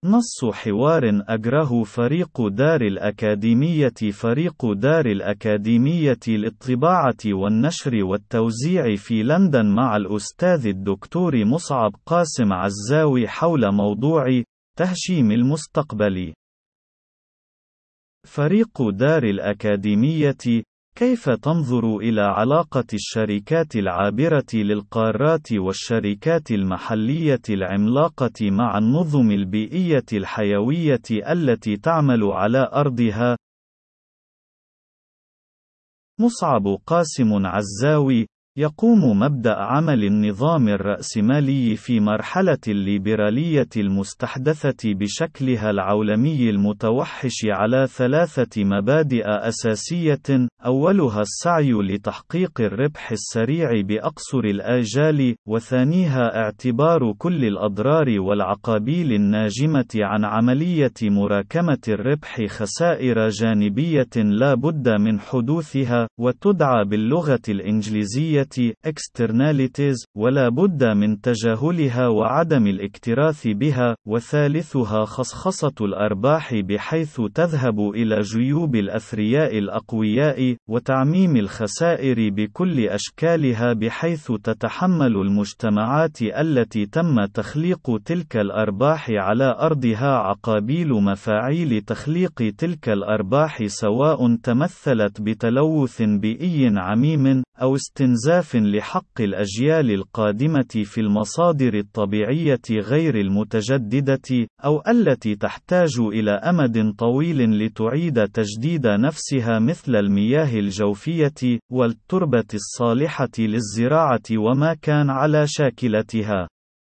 نص حوار أجره فريق دار الأكاديمية للطباعة والنشر والتوزيع في لندن مع الأستاذ الدكتور مصعب قاسم عزاوي حول موضوع تهشيم المستقبل. فريق دار الأكاديمية: كيف تنظر إلى علاقة الشركات العابرة للقارات والشركات المحلية العملاقة مع النظم البيئية الحيوية التي تعمل على أرضها؟ مصعب قاسم عزاوي: يقوم مبدأ عمل النظام الرأسمالي في مرحلة الليبرالية المستحدثة بشكلها العولمي المتوحش على 3 مبادئ أساسية، أولها السعي لتحقيق الربح السريع بأقصر الآجال، وثانيها اعتبار كل الأضرار والعقابيل الناجمة عن عملية مراكمة الربح خسائر جانبية لا بد من حدوثها، وتدعى باللغة الإنجليزية externalities، ولا بد من تجاهلها وعدم الاكتراث بها، وثالثها خصخصة الأرباح بحيث تذهب إلى جيوب الأثرياء الأقوياء، وتعميم الخسائر بكل أشكالها بحيث تتحمل المجتمعات التي تم تخليق تلك الأرباح على أرضها عقابيل مفاعيل تخليق تلك الأرباح، سواء تمثلت بتلوث بيئي عميم، أو استنزاف لحق الأجيال القادمة في المصادر الطبيعية غير المتجددة، أو التي تحتاج إلى أمد طويل لتعيد تجديد نفسها، مثل المياه الجوفية، والتربة الصالحة للزراعة وما كان على شاكلتها.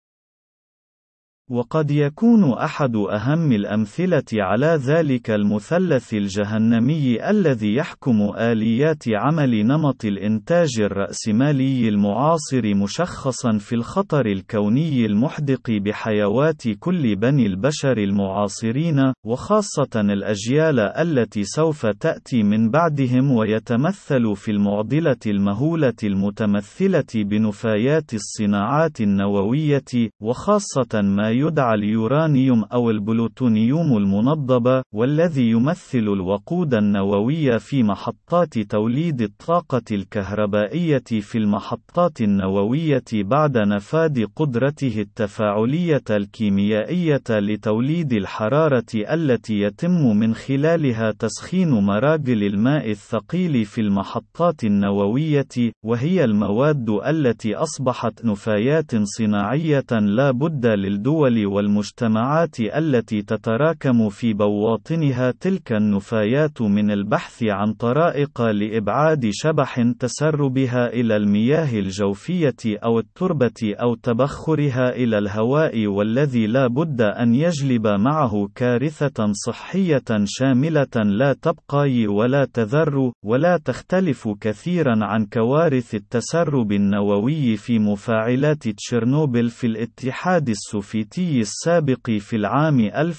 وقد يكون أحد أهم الأمثلة على ذلك المثلث الجهنمي الذي يحكم آليات عمل نمط الإنتاج الرأسمالي المعاصر، مشخصا في الخطر الكوني المحدق بحيوات كل بني البشر المعاصرين، وخاصة الأجيال التي سوف تأتي من بعدهم، ويتمثل في المعضلة المهولة المتمثلة بنفايات الصناعات النووية، وخاصة ما يدعى اليورانيوم أو البلوتونيوم المنضب، والذي يمثل الوقود النووي في محطات توليد الطاقة الكهربائية في المحطات النووية بعد نفاذ قدرته التفاعلية الكيميائية لتوليد الحرارة التي يتم من خلالها تسخين مراجل الماء الثقيل في المحطات النووية، وهي المواد التي أصبحت نفايات صناعية لا بد للدول والمجتمعات التي تتراكم في بواطنها تلك النفايات من البحث عن طرائق لإبعاد شبح تسربها إلى المياه الجوفية أو التربة أو تبخرها إلى الهواء، والذي لا بد أن يجلب معه كارثة صحية شاملة لا تبقى ولا تذر، ولا تختلف كثيرا عن كوارث التسرب النووي في مفاعلات تشيرنوبل في الاتحاد السوفيتي السابق في العام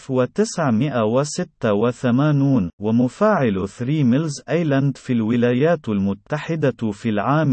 1986، ومفاعل 3 ميلز أيلاند في الولايات المتحدة في العام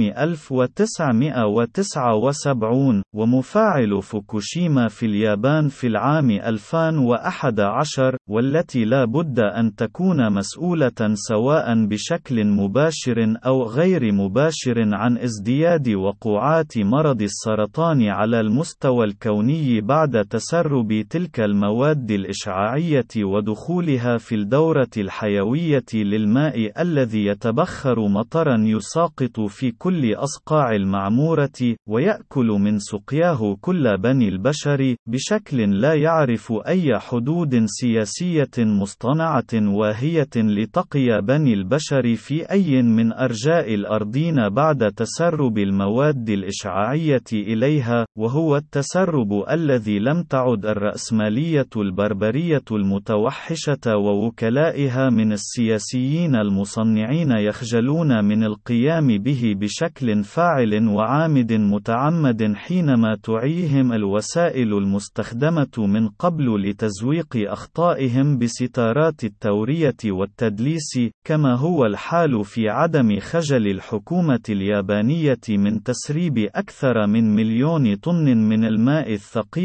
1979، ومفاعل فوكوشيما في اليابان في العام 2011، والتي لا بد أن تكون مسؤولة سواء بشكل مباشر أو غير مباشر عن ازدياد وقوعات مرض السرطان على المستوى الكوني بعد تسرب تلك المواد الإشعاعية ودخولها في الدورة الحيوية للماء الذي يتبخر مطرا يساقط في كل أصقاع المعمورة، ويأكل من سقياه كل بني البشر، بشكل لا يعرف أي حدود سياسية مصطنعة واهية لتقي بني البشر في أي من أرجاء الأرضين بعد تسرب المواد الإشعاعية إليها، وهو التسرب الذي لم تعد الرأسمالية البربرية المتوحشة ووكلائها من السياسيين المصنعين يخجلون من القيام به بشكل فاعل وعامد متعمد، حينما تعيهم الوسائل المستخدمة من قبل لتزويق أخطائهم بستارات التورية والتدليس، كما هو الحال في عدم خجل الحكومة اليابانية من تسريب أكثر من 1,000,000 طن من الماء الثقيل الملوث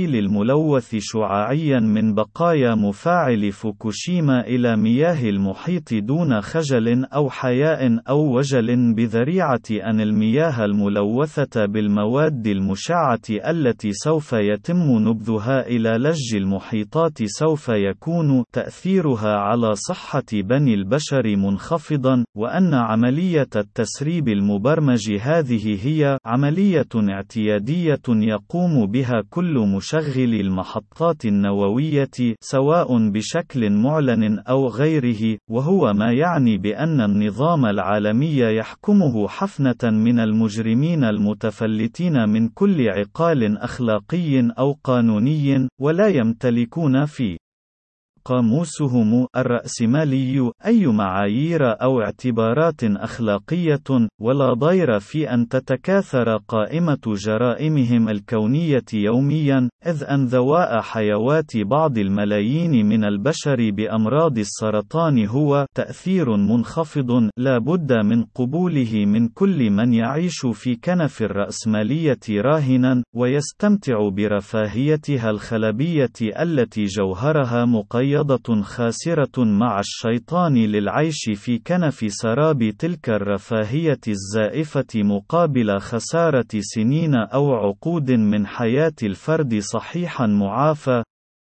الملوث شعاعيا من بقايا مفاعل فوكوشيما إلى مياه المحيط دون خجل أو حياء أو وجل بذريعة أن المياه الملوثة بالمواد المشعة التي سوف يتم نبذها إلى لج المحيطات سوف يكون تأثيرها على صحة بني البشر منخفضا، وأن عملية التسريب المبرمج هذه هي عملية اعتيادية يقوم بها كل مشغل المحطات النووية سواء بشكل معلن أو غيره، وهو ما يعني بأن النظام العالمي يحكمه حفنة من المجرمين المتفلتين من كل عقال أخلاقي أو قانوني، ولا يمتلكون في قاموسهم الرأسمالي أي معايير أو اعتبارات أخلاقية، ولا ضير في أن تتكاثر قائمة جرائمهم الكونية يوميا، إذ أن ذواء حيوات بعض الملايين من البشر بأمراض السرطان هو تأثير منخفض لا بد من قبوله من كل من يعيش في كنف الرأسمالية راهنا، ويستمتع برفاهيتها الخلبية التي جوهرها مقيد خاسرة مع الشيطان للعيش في كنف سراب تلك الرفاهية الزائفة مقابل خسارة سنين أو عقود من حياة الفرد صحيحا معافى.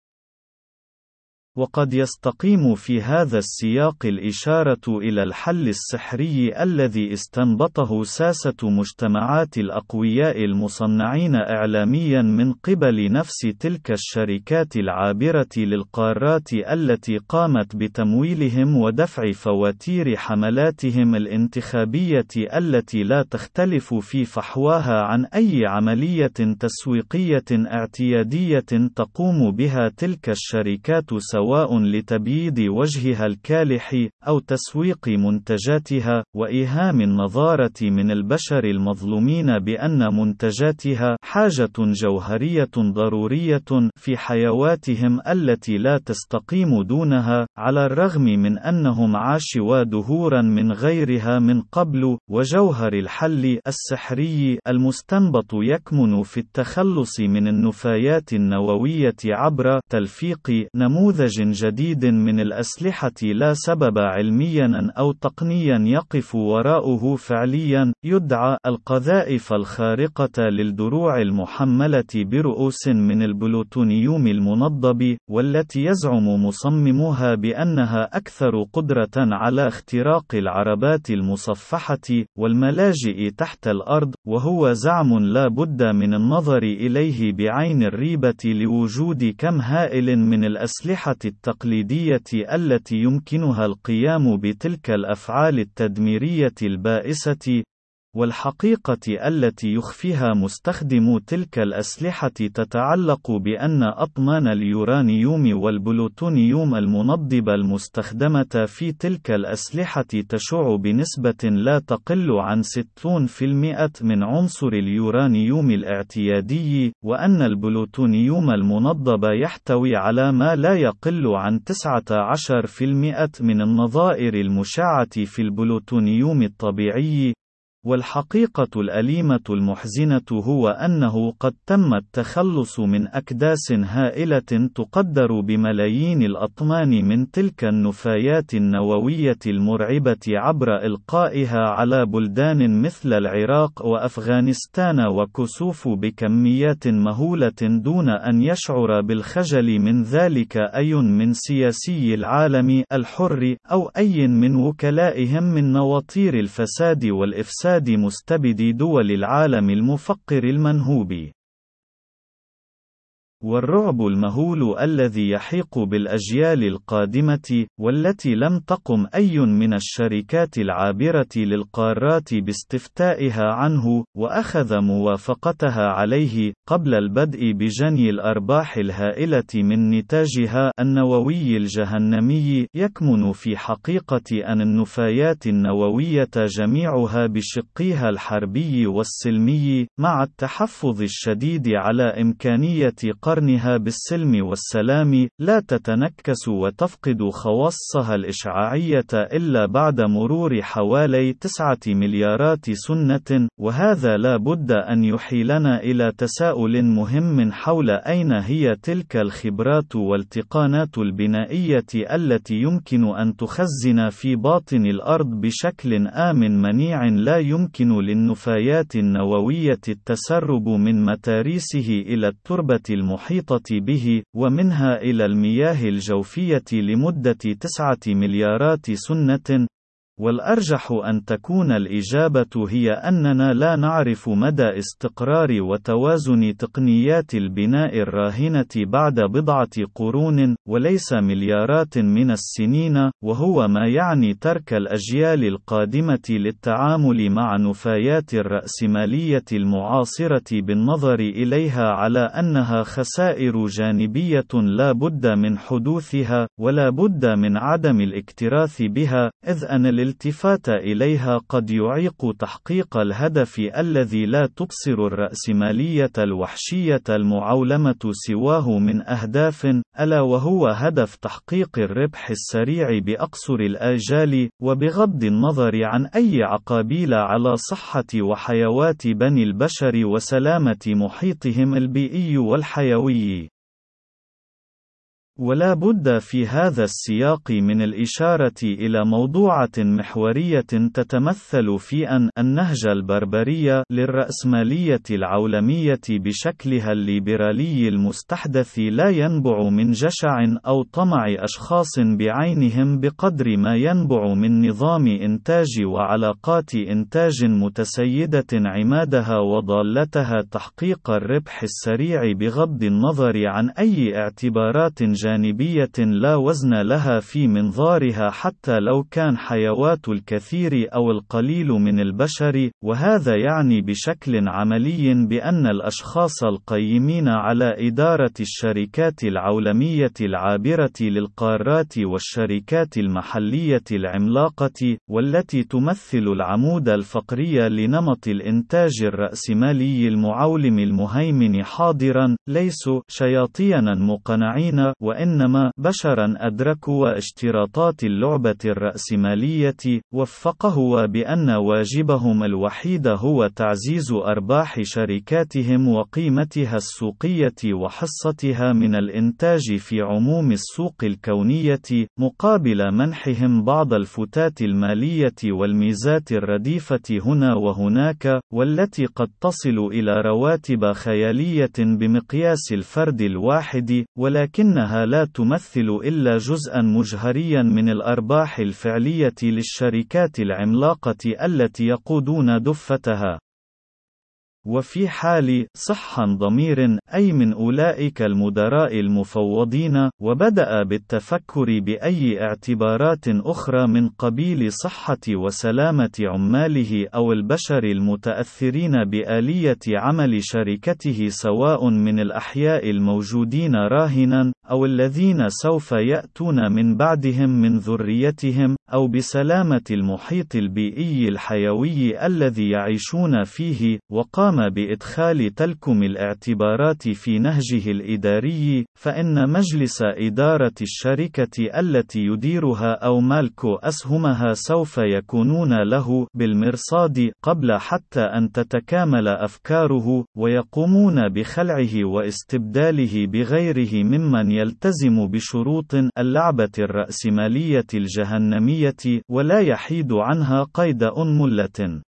وقد يستقيم في هذا السياق الإشارة إلى الحل السحري الذي استنبطه ساسة مجتمعات الأقوياء المصنعين إعلاميا من قبل نفس تلك الشركات العابرة للقارات التي قامت بتمويلهم ودفع فواتير حملاتهم الانتخابية التي لا تختلف في فحواها عن أي عملية تسويقية اعتيادية تقوم بها تلك الشركات سواء لتبييض وجهها الكالح أو تسويق منتجاتها، وإيهام النظارة من البشر المظلومين بأن منتجاتها حاجة جوهرية ضرورية في حيواتهم التي لا تستقيم دونها، على الرغم من أنهم عاشوا دهورا من غيرها من قبل. وجوهر الحل السحري المستنبط يكمن في التخلص من النفايات النووية عبر تلفيق نموذج جديد من الأسلحة لا سبب علميا أو تقنيا يقف وراءه فعليا، يدعى القذائف الخارقة للدروع المحملة برؤوس من البلوتونيوم المنضب، والتي يزعم مصمموها بأنها أكثر قدرة على اختراق العربات المصفحة والملاجئ تحت الأرض، وهو زعم لا بد من النظر إليه بعين الريبة لوجود كم هائل من الأسلحة التقليدية التي يمكنها القيام بتلك الأفعال التدميرية البائسة. والحقيقة التي يخفيها مستخدمو تلك الأسلحة تتعلق بأن أطمان اليورانيوم والبلوتونيوم المنضب المستخدمة في تلك الأسلحة تشع بنسبة لا تقل عن 60% من عنصر اليورانيوم الاعتيادي، وأن البلوتونيوم المنضب يحتوي على ما لا يقل عن 19% من النظائر المشعة في البلوتونيوم الطبيعي. والحقيقة الأليمة المحزنة هو أنه قد تم التخلص من أكداس هائلة تقدر بملايين الأطنان من تلك النفايات النووية المرعبة عبر إلقائها على بلدان مثل العراق وأفغانستان وكسوف بكميات مهولة دون أن يشعر بالخجل من ذلك أي من سياسي العالم الحر أو أي من وكلائهم من نواطير الفساد والإفساد مستبدي دول العالم المفقر المنهوب. والرعب المهول الذي يحيق بالأجيال القادمة، والتي لم تقم أي من الشركات العابرة للقارات باستفتائها عنه، وأخذ موافقتها عليه، قبل البدء بجني الأرباح الهائلة من نتاجها النووي الجهنمي، يكمن في حقيقة أن النفايات النووية جميعها بشقيها الحربي والسلمي، مع التحفظ الشديد على إمكانية قرنها بالسلم والسلام، لا تتنكس وتفقد خواصها الإشعاعية إلا بعد مرور حوالي 9 مليارات سنة، وهذا لا بد أن يحيلنا إلى تساؤل مهم حول أين هي تلك الخبرات والتقانات البنائية التي يمكن أن تخزن في باطن الأرض بشكل آمن منيع لا يمكن للنفايات النووية التسرب من متاريسه إلى التربة المحيطة به، ومنها إلى المياه الجوفية لمدة 9 مليارات سنة. والأرجح أن تكون الإجابة هي أننا لا نعرف مدى استقرار وتوازن تقنيات البناء الراهنة بعد بضعة قرون، وليس مليارات من السنين، وهو ما يعني ترك الأجيال القادمة للتعامل مع نفايات الرأسمالية المعاصرة بالنظر إليها على أنها خسائر جانبية لا بد من حدوثها، ولا بد من عدم الاكتراث بها، إذ أن الالتفات إليها قد يعيق تحقيق الهدف الذي لا تبصر الرأسمالية الوحشية المعولمة سواه من أهداف، ألا وهو هدف تحقيق الربح السريع بأقصر الآجال، وبغض النظر عن أي عقابيل على صحة وحيوات بني البشر وسلامة محيطهم البيئي والحيوي. ولا بد في هذا السياق من الإشارة إلى موضوعة محورية تتمثل في أن النهج البربري للرأسمالية العولمية بشكلها الليبرالي المستحدث لا ينبع من جشع أو طمع أشخاص بعينهم بقدر ما ينبع من نظام إنتاج وعلاقات إنتاج متسيدة عمادها وضالتها تحقيق الربح السريع بغض النظر عن أي اعتبارات جانبية لا وزن لها في منظارها حتى لو كان حيوات الكثير أو القليل من البشر، وهذا يعني بشكل عملي بأن الأشخاص القيمين على إدارة الشركات العولمية العابرة للقارات والشركات المحلية العملاقة، والتي تمثل العمود الفقري لنمط الإنتاج الرأسمالي المعولم المهيمن حاضرا، ليسوا شياطينا مقنعين، وإنما بشرا أدركوا اشتراطات اللعبة الرأسمالية، وفقه بأن واجبهم الوحيد هو تعزيز أرباح شركاتهم وقيمتها السوقية وحصتها من الإنتاج في عموم السوق الكونية، مقابل منحهم بعض الفتات المالية والميزات الرديفة هنا وهناك، والتي قد تصل إلى رواتب خيالية بمقياس الفرد الواحد، ولكنها لا تمثل إلا جزءا مجهريا من الأرباح الفعلية للشركات العملاقة التي يقودون دفتها. وفي حال صح ضمير أي من أولئك المدراء المفوضين، وبدأ بالتفكر بأي اعتبارات أخرى من قبيل صحة وسلامة عماله أو البشر المتأثرين بآلية عمل شركته سواء من الأحياء الموجودين راهنا، أو الذين سوف يأتون من بعدهم من ذريتهم، أو بسلامة المحيط البيئي الحيوي الذي يعيشون فيه، وقام بإدخال تلكم الاعتبارات في نهجه الإداري، فإن مجلس إدارة الشركة التي يديرها أو مالك أسهمها سوف يكونون له بالمرصاد قبل حتى أن تتكامل أفكاره، ويقومون بخلعه واستبداله بغيره ممن يلتزم بشروط اللعبة الرأسمالية الجهنمية، ولا يحيد عنها قيد أنملة.